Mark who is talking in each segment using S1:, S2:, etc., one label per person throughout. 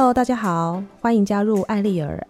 S1: Hello， 大家好，欢迎加入艾丽尔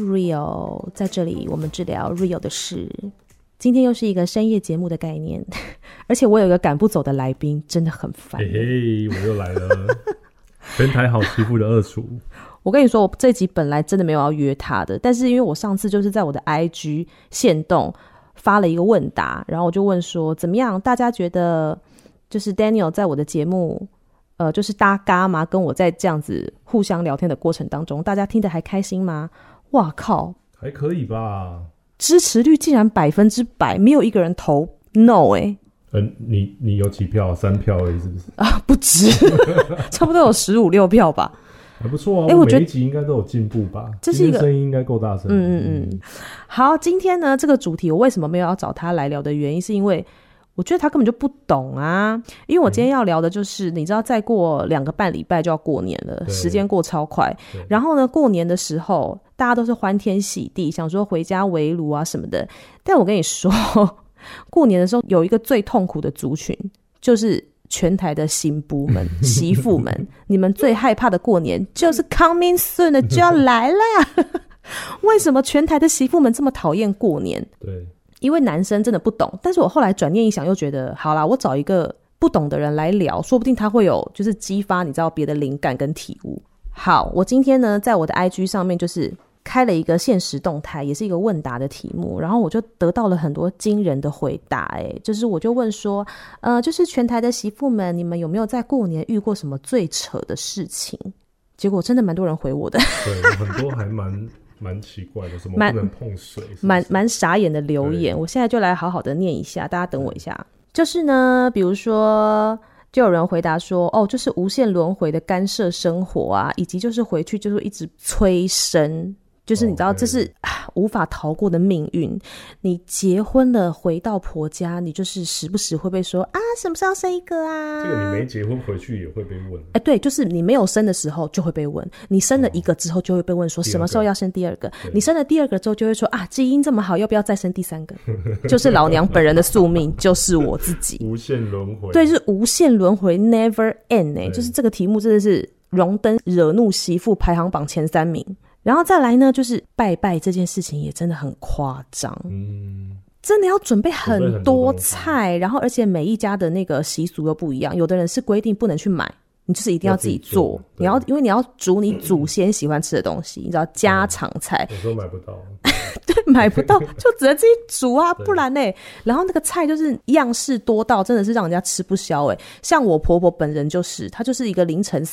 S1: iReal， 在这里我们治疗 real 的事。今天又是一个深夜节目的概念，而且我有一个赶不走的来宾，真的很烦。
S2: 嘿嘿，我又来了，全台好欺负的二厨。
S1: 我跟你说，我这集本来真的没有要约他的，但是因为我上次就是在我的 IG 限动发了一个问答，然后我就问说，怎么样？大家觉得就是 Daniel 在我的节目，就是搭嘎吗？跟我在这样子互相聊天的过程当中，大家听得还开心吗？哇靠，
S2: 还可以吧？
S1: 支持率竟然100%，没有一个人投 no
S2: 你有几票？3票而已，是不是？
S1: 啊，不止，差不多有15、16票吧。
S2: 还不错啊，我觉得每一集应该都有进步吧。
S1: 这是一个
S2: 声音应该够大声。
S1: 好，今天呢这个主题我为什么没有要找他来聊的原因，是因为我觉得他根本就不懂啊。因为我今天要聊的就是，你知道再过2个半礼拜就要过年了，时间过超快。然后呢，过年的时候大家都是欢天喜地，想说回家围炉啊什么的。但我跟你说，过年的时候有一个最痛苦的族群，就是全台的新妇们媳妇们你们最害怕的过年就是 coming soon 的就要来啦为什么全台的媳妇们这么讨厌过年？
S2: 对，
S1: 因为男生真的不懂。但是我后来转念一想，又觉得好啦，我找一个不懂的人来聊，说不定他会有就是激发你知道别的灵感跟体悟。好，我今天呢在我的 IG 上面就是开了一个限时动态，也是一个问答的题目，然后我就得到了很多惊人的回答。就是我就问说就是全台的媳妇们，你们有没有在过年遇过什么最扯的事情？结果真的蛮多人回我的，
S2: 对，很多还蛮奇怪的，什么不能碰水，
S1: 蛮傻眼的留言。我现在就来好好的念一下，大家等我一下。就是呢，比如说就有人回答说，就是无限轮回的干涉生活啊，以及就是回去就是一直催生，就是你知道这是无法逃过的命运。你结婚了回到婆家，你就是时不时会被说啊什么时候生一个啊。
S2: 这个你没结婚回去也会被问。
S1: 对，就是你没有生的时候就会被问，你生了一个之后就会被问说什么时候要生第二个，你生了第二个之后就会说啊基因这么好，要不要再生第3个就是老娘本人的宿命，就是我自己
S2: 无限轮回。
S1: 对，就是无限轮回 never end。 就是这个题目真的是荣登惹怒媳妇排行榜前3名。然后再来呢，就是拜拜这件事情也真的很夸张，真的要准备很多菜，然后而且每一家的那个习俗又不一样，有的人是规定不能去买，你就是一定要自己做，因为你要煮你祖先喜欢吃的东西，你知道家常菜，
S2: 有时候买不到
S1: 对，买不到就只能自己煮啊，不然然后那个菜就是样式多到真的是让人家吃不消像我婆婆本人就是她就是一个凌晨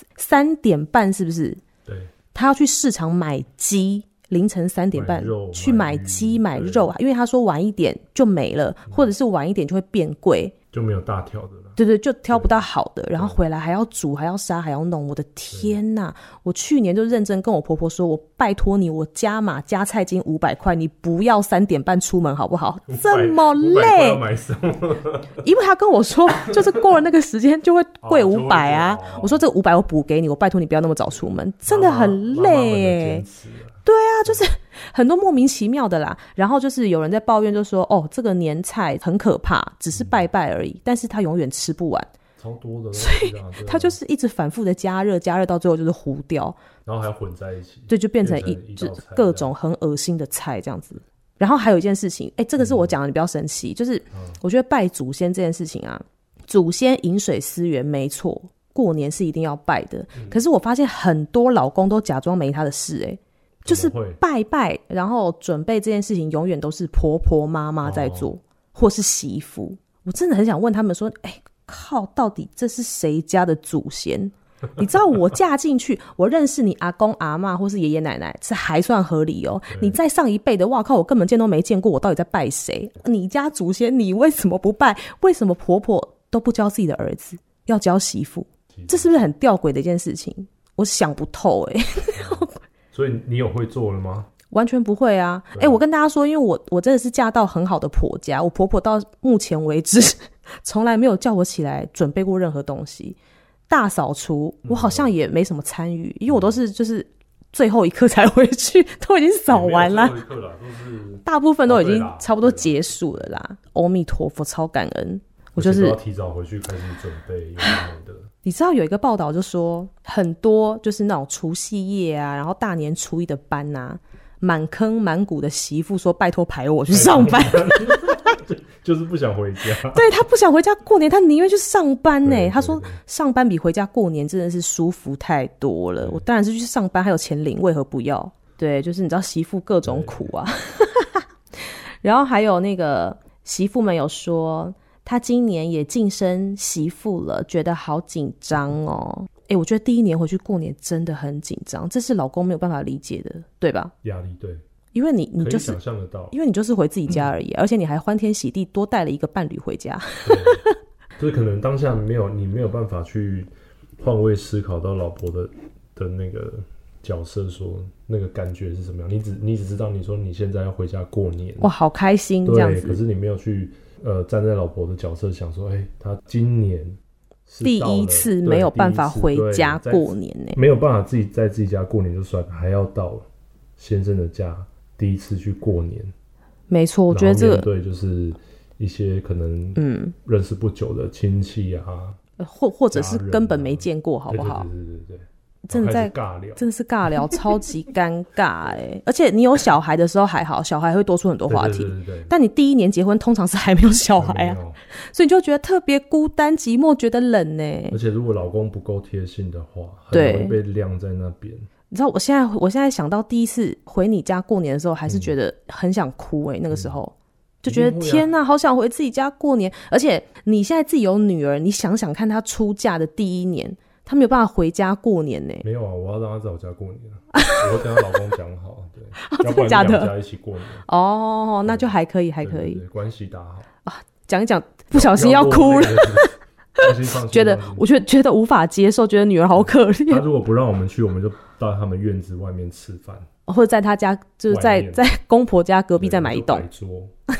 S1: 3点半，是不是？对，他要去市场买鸡，凌晨3点半去买鸡买肉，因为他说晚一点就没了，或者是晚一点就会变贵，就
S2: 没有大条的了。
S1: 对，就挑不到好的，然后回来还要煮还要杀还要弄，我的天哪！我去年就认真跟我婆婆说，我拜托你，我加码加菜金500块，你不要3点半出门好不好？这么累，
S2: 要买什么？
S1: 因为他跟我说就是过了那个时间就会贵500啊，我说这500我补给你，我拜托你不要那么早出门，真的很累对啊，就是很多莫名其妙的啦。然后就是有人在抱怨，就说这个年菜很可怕，只是拜拜而已，但是他永远吃不完，
S2: 超多的，
S1: 所以他就是一直反复的加热到最后就是糊掉，
S2: 然后还混在一起，
S1: 对，就变成各种很恶心的菜这样子。然后还有一件事情，这个是我讲的，你不要生气，就是我觉得拜祖先这件事情啊，祖先饮水思源没错，过年是一定要拜的，可是我发现很多老公都假装没他的事就是拜拜，然后准备这件事情永远都是婆婆妈妈在做，或是媳妇。我真的很想问他们说，靠，到底这是谁家的祖先？你知道我嫁进去，我认识你阿公阿嬷或是爷爷奶奶，这还算合理你再上一辈的，哇靠，我根本见都没见过，我到底在拜谁？你家祖先你为什么不拜？为什么婆婆都不教自己的儿子，要教媳妇？这是不是很吊诡的一件事情？我想不透
S2: 所以你有会做了吗？
S1: 完全不会啊！我跟大家说，因为我真的是嫁到很好的婆家，我婆婆到目前为止从来没有叫我起来准备过任何东西。大扫除我好像也没什么参与，因为我都是就是最后一刻才回去，都已经扫完了，大部分都已经差不多结束了啦。阿弥陀佛，超感恩。 我就是
S2: 要提早回去开始准备有没有的。
S1: 你知道有一个报道就说，很多就是那种除夕夜啊，然后大年初一的班啊，满坑满谷的媳妇说拜托排我去上班，
S2: 就是不想回家。
S1: 对，他不想回家过年，他宁愿去上班呢。他说上班比回家过年真的是舒服太多了。我当然是去上班，还有钱领，为何不要？对，就是你知道媳妇各种苦啊。然后还有那个媳妇们有说，她今年也晋升媳妇了，觉得好紧张哦。我觉得第一年回去过年真的很紧张，这是老公没有办法理解的，对吧？
S2: 压力，对，
S1: 因为你就是
S2: 可以想象得到，
S1: 因为你就是回自己家而已，而且你还欢天喜地多带了一个伴侣回家。
S2: 就是可能当下你没有办法去换位思考到老婆的那个角色，说那个感觉是什么样。你只知道你说你现在要回家过年，
S1: 哇，好开心这样子。
S2: 可是你没有去站在老婆的角色想说，她今年是
S1: 第一次没有办法回家过年呢，
S2: 没有办法在自己家过年就算了，还要到先生的家第一次去过年。
S1: 没错，我觉得这个
S2: 对，就是一些可能认识不久的亲戚啊，
S1: 或者是根本没见过，好不好？
S2: 对，
S1: 真的在
S2: 尬聊，
S1: 真的是尬聊，超级尴尬而且你有小孩的时候还好，小孩会多出很多话题。
S2: 对。
S1: 但你第一年结婚，通常是还没有小孩啊，所以你就觉得特别孤单寂寞，觉得冷呢。
S2: 而且如果老公不够贴心的话，很容易被晾在那边。
S1: 你知道我现在想到第一次回你家过年的时候，还是觉得很想哭那个时候。就觉得天哪，好想回自己家过年。而且你现在自己有女儿，你想想看，她出嫁的第一年，她没有办法回家过年呢。
S2: 没有啊，我要让她在我家过年我会跟她老公讲好，对，要不然
S1: 假的
S2: 两家一起过年。
S1: 哦，那就还可以，还可以，
S2: 对，关系打好
S1: 啊。讲一讲，不小心要哭了。我觉得无法接受，觉得女儿好可怜。
S2: 他如果不让我们去，我们就到他们院子外面吃饭，
S1: 或者在他家，就是在公婆家隔壁再买一栋
S2: 桌，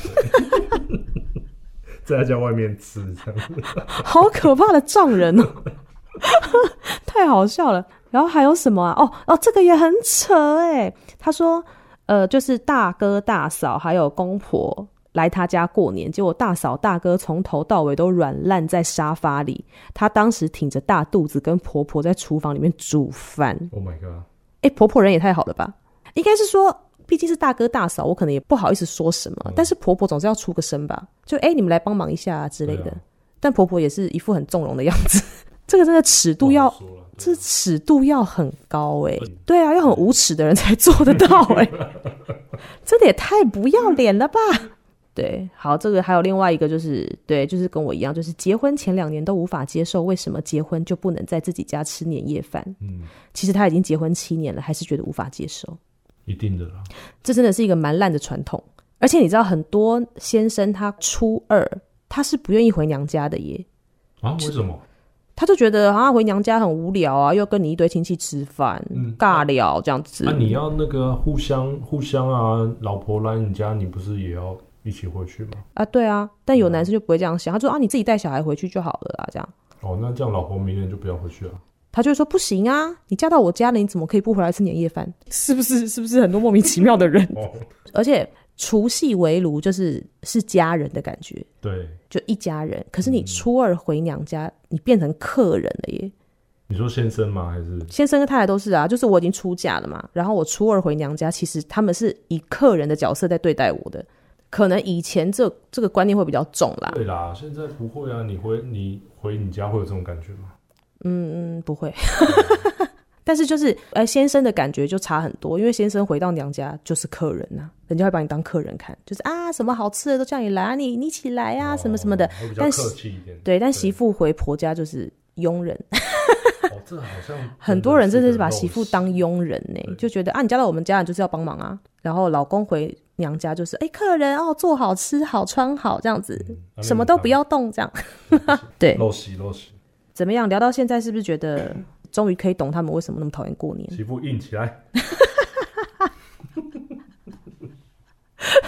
S2: 在他家外面吃，这样
S1: 好可怕的丈人哦，太好笑了。然后还有什么啊？这个也很扯他说，就是大哥大嫂还有公婆来他家过年，结果大嫂大哥从头到尾都软烂在沙发里，他当时挺着大肚子跟婆婆在厨房里面煮饭。
S2: Oh my god，
S1: 婆婆人也太好了吧。应该是说毕竟是大哥大嫂，我可能也不好意思说什么，但是婆婆总是要出个声吧，就你们来帮忙一下之类的。但婆婆也是一副很纵容的样子。这个真的尺度要这尺度要很高对啊，要很无耻的人才做得到真的也太不要脸了吧。对，好，这个还有另外一个就是对，就是跟我一样，就是结婚前2年都无法接受为什么结婚就不能在自己家吃年夜饭。其实他已经结婚7年了，还是觉得无法接受。
S2: 一定的啦，这
S1: 真的是一个蛮烂的传统。而且你知道很多先生他初2他是不愿意回娘家的耶。
S2: 啊？为什么？
S1: 他就觉得回娘家很无聊啊，又跟你一堆亲戚吃饭，尬聊这样子。你
S2: 要那个互相啊，老婆来你家，你不是也要一起回去吗？
S1: 对啊，但有男生就不会这样想，他说你自己带小孩回去就好了啦，这样。
S2: 那这样老婆明年就不要回去了。
S1: 他就会说不行啊，你嫁到我家了，你怎么可以不回来吃年夜饭？是不是很多莫名其妙的人？而且除夕围炉是家人的感觉，
S2: 对，
S1: 就一家人。可是你初2回娘家，你变成客人了耶。
S2: 你说先生吗？还是
S1: 先生跟太太都是啊，就是我已经出嫁了嘛，然后我初2回娘家，其实他们是以客人的角色在对待我的。可能以前这个观念会比较重啦。
S2: 对啦，现在不会啊。你回你家会有这种感觉吗？
S1: 不会。但是就是先生的感觉就差很多，因为先生回到娘家就是客人啊，人家会把你当客人看，就是什么好吃的都叫你来啊，你起来啊，什么什么的。
S2: 会比较客气一点。
S1: 对，但媳妇回婆家就是佣人。
S2: 这好像
S1: 很多人真的是把媳妇当佣人就觉得你嫁到我们家你就是要帮忙啊，然后老公回娘家就是客人做好吃好穿好这样子，什么都不要动这样。对，
S2: 陋习。
S1: 怎么样？聊到现在是不是觉得终于可以懂他们为什么那么讨厌过年？媳
S2: 妇硬起来。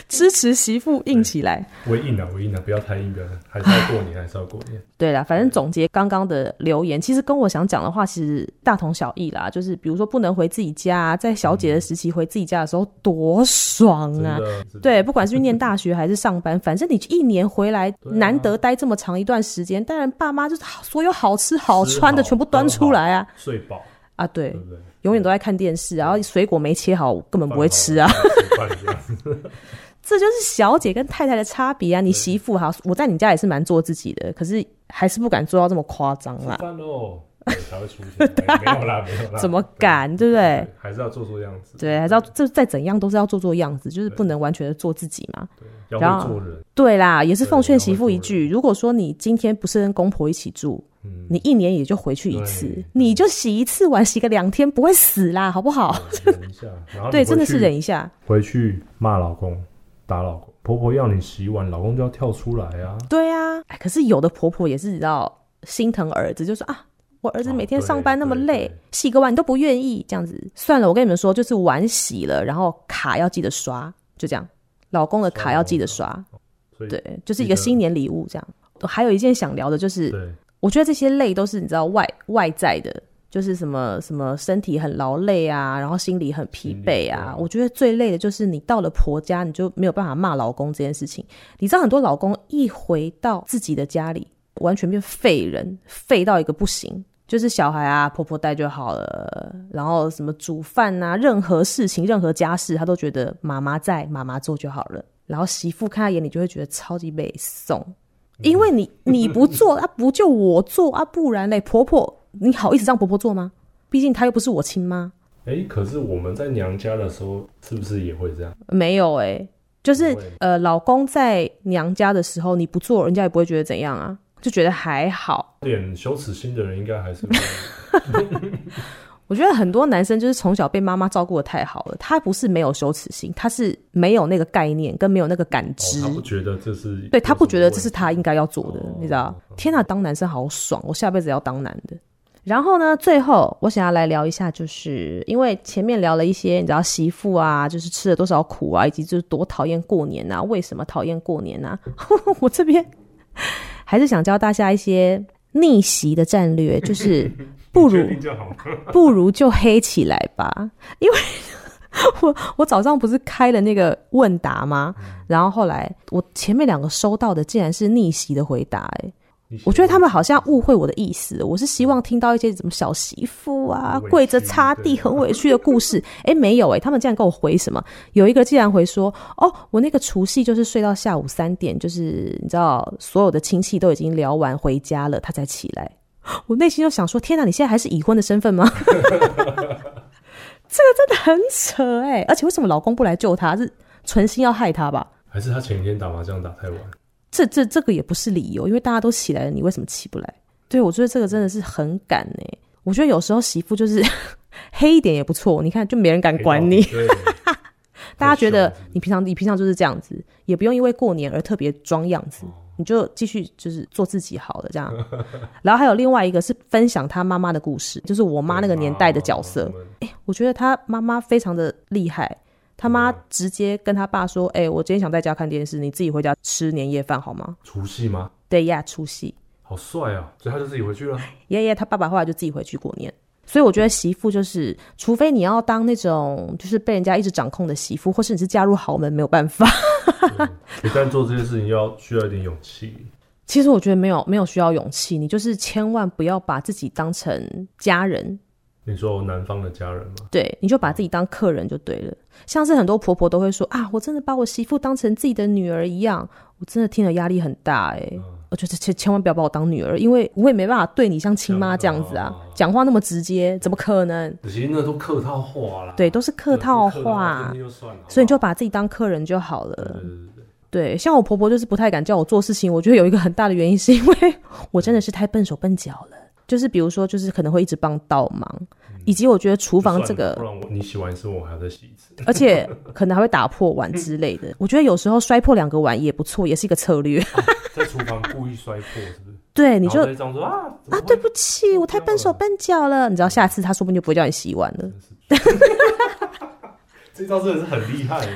S1: 支持媳妇硬起来。
S2: 微硬啊，不要太硬的，还是要过年，还是要过年。
S1: 对啦，反正总结刚刚的留言，其实跟我想讲的话其实大同小异啦。就是比如说不能回自己家啊，在小姐的时期回自己家的时候多爽啊！对，不管是去念大学还是上班，反正你一年回来难得待这么长一段时间，当然爸妈就是所有好吃好穿的全部端出来啊，
S2: 睡饱
S1: 啊，对，永远都在看电视，然后水果没切好根本不会吃啊。这就是小姐跟太太的差别啊！你媳妇好，我在你家也是蛮做自己的，可是还是不敢做到这么夸张啦。
S2: 吃饭咯才会出现，没有啦，
S1: 怎么敢，对不对？
S2: 还是要做样子。
S1: 对，还是要这再怎样都是要做样子，就是不能完全的做自己嘛。
S2: 对，要会做人。
S1: 对啦，也是奉劝媳妇一句：如果说你今天不是跟公婆一起住，你一年也就回去一次，你就洗一次碗，洗个2天，不会死啦，好不好？
S2: 忍一下，然后
S1: 对，真的是忍一下。
S2: 回去骂老公。打老公，婆婆要你洗碗，老公就要跳出来啊。
S1: 对啊，可是有的婆婆也是你知道心疼儿子，就说啊，我儿子每天上班那么累，洗个碗你都不愿意，这样子算了。我跟你们说，就是碗洗了，然后卡要记得刷，就这样。老公的卡要记得刷，对，就是一个新年礼物这样。还有一件想聊的就是，我觉得这些累都是你知道外在的。就是什么身体很劳累啊，然后心里很疲惫啊。我觉得最累的就是你到了婆家，你就没有办法骂老公这件事情。你知道很多老公一回到自己的家里，完全变废人，废到一个不行。就是小孩啊，婆婆带就好了，然后什么煮饭啊，任何事情任何家事他都觉得妈妈在，妈妈做就好了。然后媳妇看他眼里就会觉得超级北宋，因为你不做啊，不就我做啊，不然嘞，婆婆你好意思让婆婆做吗？毕竟她又不是我亲妈。
S2: 可是我们在娘家的时候是不是也会这样？没
S1: 有就是老公在娘家的时候你不做，人家也不会觉得怎样啊，就觉得还好。有
S2: 点羞耻心的人应该还是会
S1: 我觉得很多男生就是从小被妈妈照顾得太好了，他不是没有羞耻心，他是没有那个概念跟没有那个感知。
S2: 他不觉得这是，
S1: 对，他不觉得这是他应该要做的，你知道？天哪，当男生好爽，我下辈子要当男的。然后呢，最后我想要来聊一下，就是因为前面聊了一些你知道媳妇啊，就是吃了多少苦啊，以及就是多讨厌过年啊，为什么讨厌过年啊我这边还是想教大家一些逆袭的战略，就是不如就黑起来吧。因为我早上不是开了那个问答吗？然后后来我前面2个收到的竟然是逆袭的回答我觉得他们好像误会我的意思，我是希望听到一些什么小媳妇啊跪着擦地很委屈的故事没有他们竟然跟我回什么，有一个竟然回说我那个除夕就是睡到下午3点，就是你知道所有的亲戚都已经聊完回家了他才起来。我内心就想说，天哪，你现在还是已婚的身份吗？这个真的很扯而且为什么老公不来救他？是存心要害他吧？
S2: 还是他前一天打麻将打太晚？
S1: 这个也不是理由，因为大家都起来了，你为什么起不来？对，我觉得这个真的是很赶我觉得有时候媳妇就是黑一点也不错，你看就没人敢管你。大家觉得你平常就是这样子，也不用因为过年而特别装样子，你就继续就是做自己好了这样。然后还有另外一个是分享他妈妈的故事，就是我妈那个年代的角色。我觉得他妈妈非常的厉害，他妈直接跟他爸说我今天想在家看电视，你自己回家吃年夜饭好吗？
S2: 除夕吗？
S1: 对呀，除夕。
S2: 好帅啊，所以他就自己回去了。
S1: 他爸爸后来就自己回去过年。所以我觉得媳妇就是，除非你要当那种就是被人家一直掌控的媳妇，或是你是嫁入豪门，没有办法。
S2: 但做这件事情需要一点勇气。
S1: 其实我觉得没有需要勇气，你就是千万不要把自己当成家人。
S2: 你说男方的家人吗？
S1: 对，你就把自己当客人就对了。像是很多婆婆都会说我真的把我媳妇当成自己的女儿一样，我真的听了压力很大我觉得千万不要把我当女儿，因为我也没办法对你像亲妈这样子讲话那么直接，怎么可能？
S2: 其实那都客套话啦。
S1: 对，都是客套话，所以你就把自己当客人就好了。对，像我婆婆就是不太敢叫我做事情，我觉得有一个很大的原因是因为我真的是太笨手笨脚了。就是比如说就是可能会一直帮倒忙，以及我觉得厨房这个，
S2: 不然你洗完一次我还要再洗一次，
S1: 而且可能还会打破碗之类的。我觉得有时候摔破2个碗也不错，也是一个策略。
S2: 在厨房故意摔破是不是？
S1: 对，你就
S2: 这样说
S1: 对不起，我太笨手笨脚了。你知道下次他说不定就不会叫你洗碗了。
S2: 这招真的是很厉害。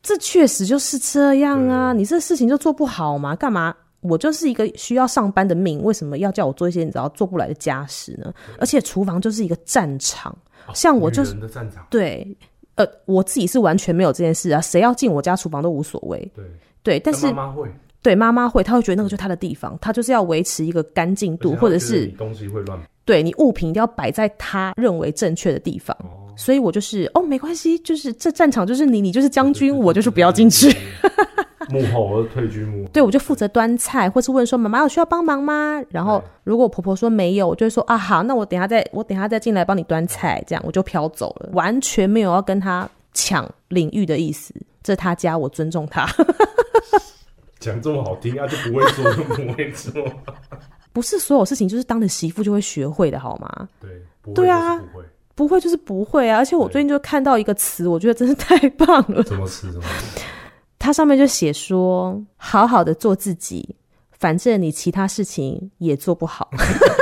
S1: 这确实就是这样啊，你这事情就做不好嘛，干嘛？我就是一个需要上班的命，为什么要叫我做一些你知道做不来的家事呢？而且厨房就是一个战场，像我就是
S2: 女人的战场。
S1: 对，我自己是完全没有这件事啊，谁要进我家厨房都无所谓。对，但是
S2: 妈妈会，
S1: 对，妈妈会，她会觉得那个就是她的地方，她就是要维持一个干净度，或者是
S2: 你东西会乱，
S1: 对，你物品一定要摆在她认为正确的地方。所以我就是没关系，就是这战场就是你就是将军，我就是不要进去。
S2: 幕后我是退居幕后。
S1: 对，我就负责端菜，或是问说妈妈有需要帮忙吗？然后如果我婆婆说没有，我就会说啊好，那我等一下再进来帮你端菜，这样我就飘走了，完全没有要跟他抢领域的意思。这是他家，我尊重他。
S2: 讲这么好听啊，就不会做就不会做。
S1: 不是所有事情就是当了媳妇就会学会的好吗？
S2: 对，不会
S1: 对啊，
S2: 就是不会。
S1: 不会就是不会啊！而且我最近就看到一个词，我觉得真是太棒了。
S2: 什么词？
S1: 它上面就写说，好好的做自己，反正你其他事情也做不好。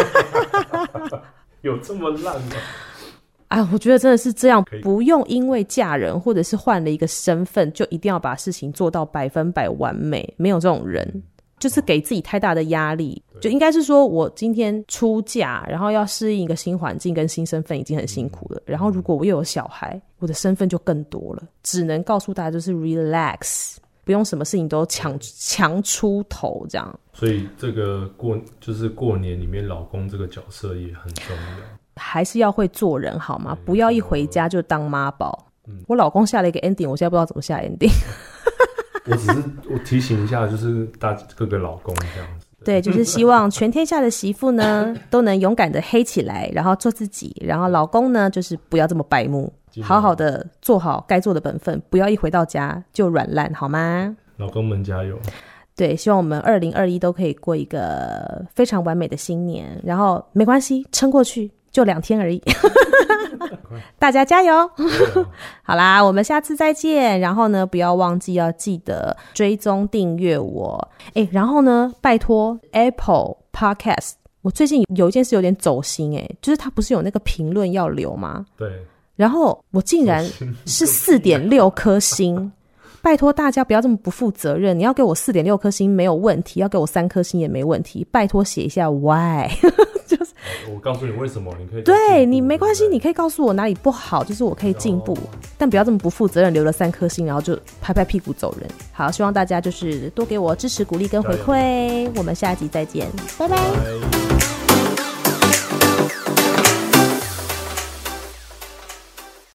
S2: 有这么烂吗？
S1: 哎，我觉得真的是这样，不用因为嫁人或者是换了一个身份，就一定要把事情做到100%完美，没有这种人。就是给自己太大的压力，就应该是说我今天出嫁，然后要适应一个新环境跟新身份已经很辛苦了，然后如果我又有小孩，我的身份就更多了。只能告诉大家就是 relax， 不用什么事情都强出头这样。
S2: 所以这个就是过年里面老公这个角色也很重要，
S1: 还是要会做人好吗？不要一回家就当妈宝。我老公下了一个 ending， 我现在不知道怎么下 ending。
S2: 我提醒一下，就是各个老公这样子。
S1: 对，就是希望全天下的媳妇呢都能勇敢的黑起来，然后做自己，然后老公呢就是不要这么白目，好好的做好该做的本分，不要一回到家就软烂，好吗？
S2: 老公们加油！
S1: 对，希望我们2021都可以过一个非常完美的新年，然后没关系，撑过去，就2天而已。大家加油！好啦，我们下次再见。然后呢，不要忘记要记得追踪订阅我。然后呢，拜托 Apple Podcast， 我最近有一件事有点走心就是它不是有那个评论要留吗？
S2: 对。
S1: 然后我竟然是4.6颗星。拜托大家不要这么不负责任，你要给我4.6颗星没有问题，要给我3颗星也没问题，拜托写一下 why。 就是
S2: 我告诉你为什么，你可以
S1: 对你没关系，你可以告诉我哪里不好，就是我可以进步，但不要这么不负责任，留了3颗星然后就拍拍屁股走人。好，希望大家就是多给我支持鼓励跟回馈，我们下集再见，拜拜。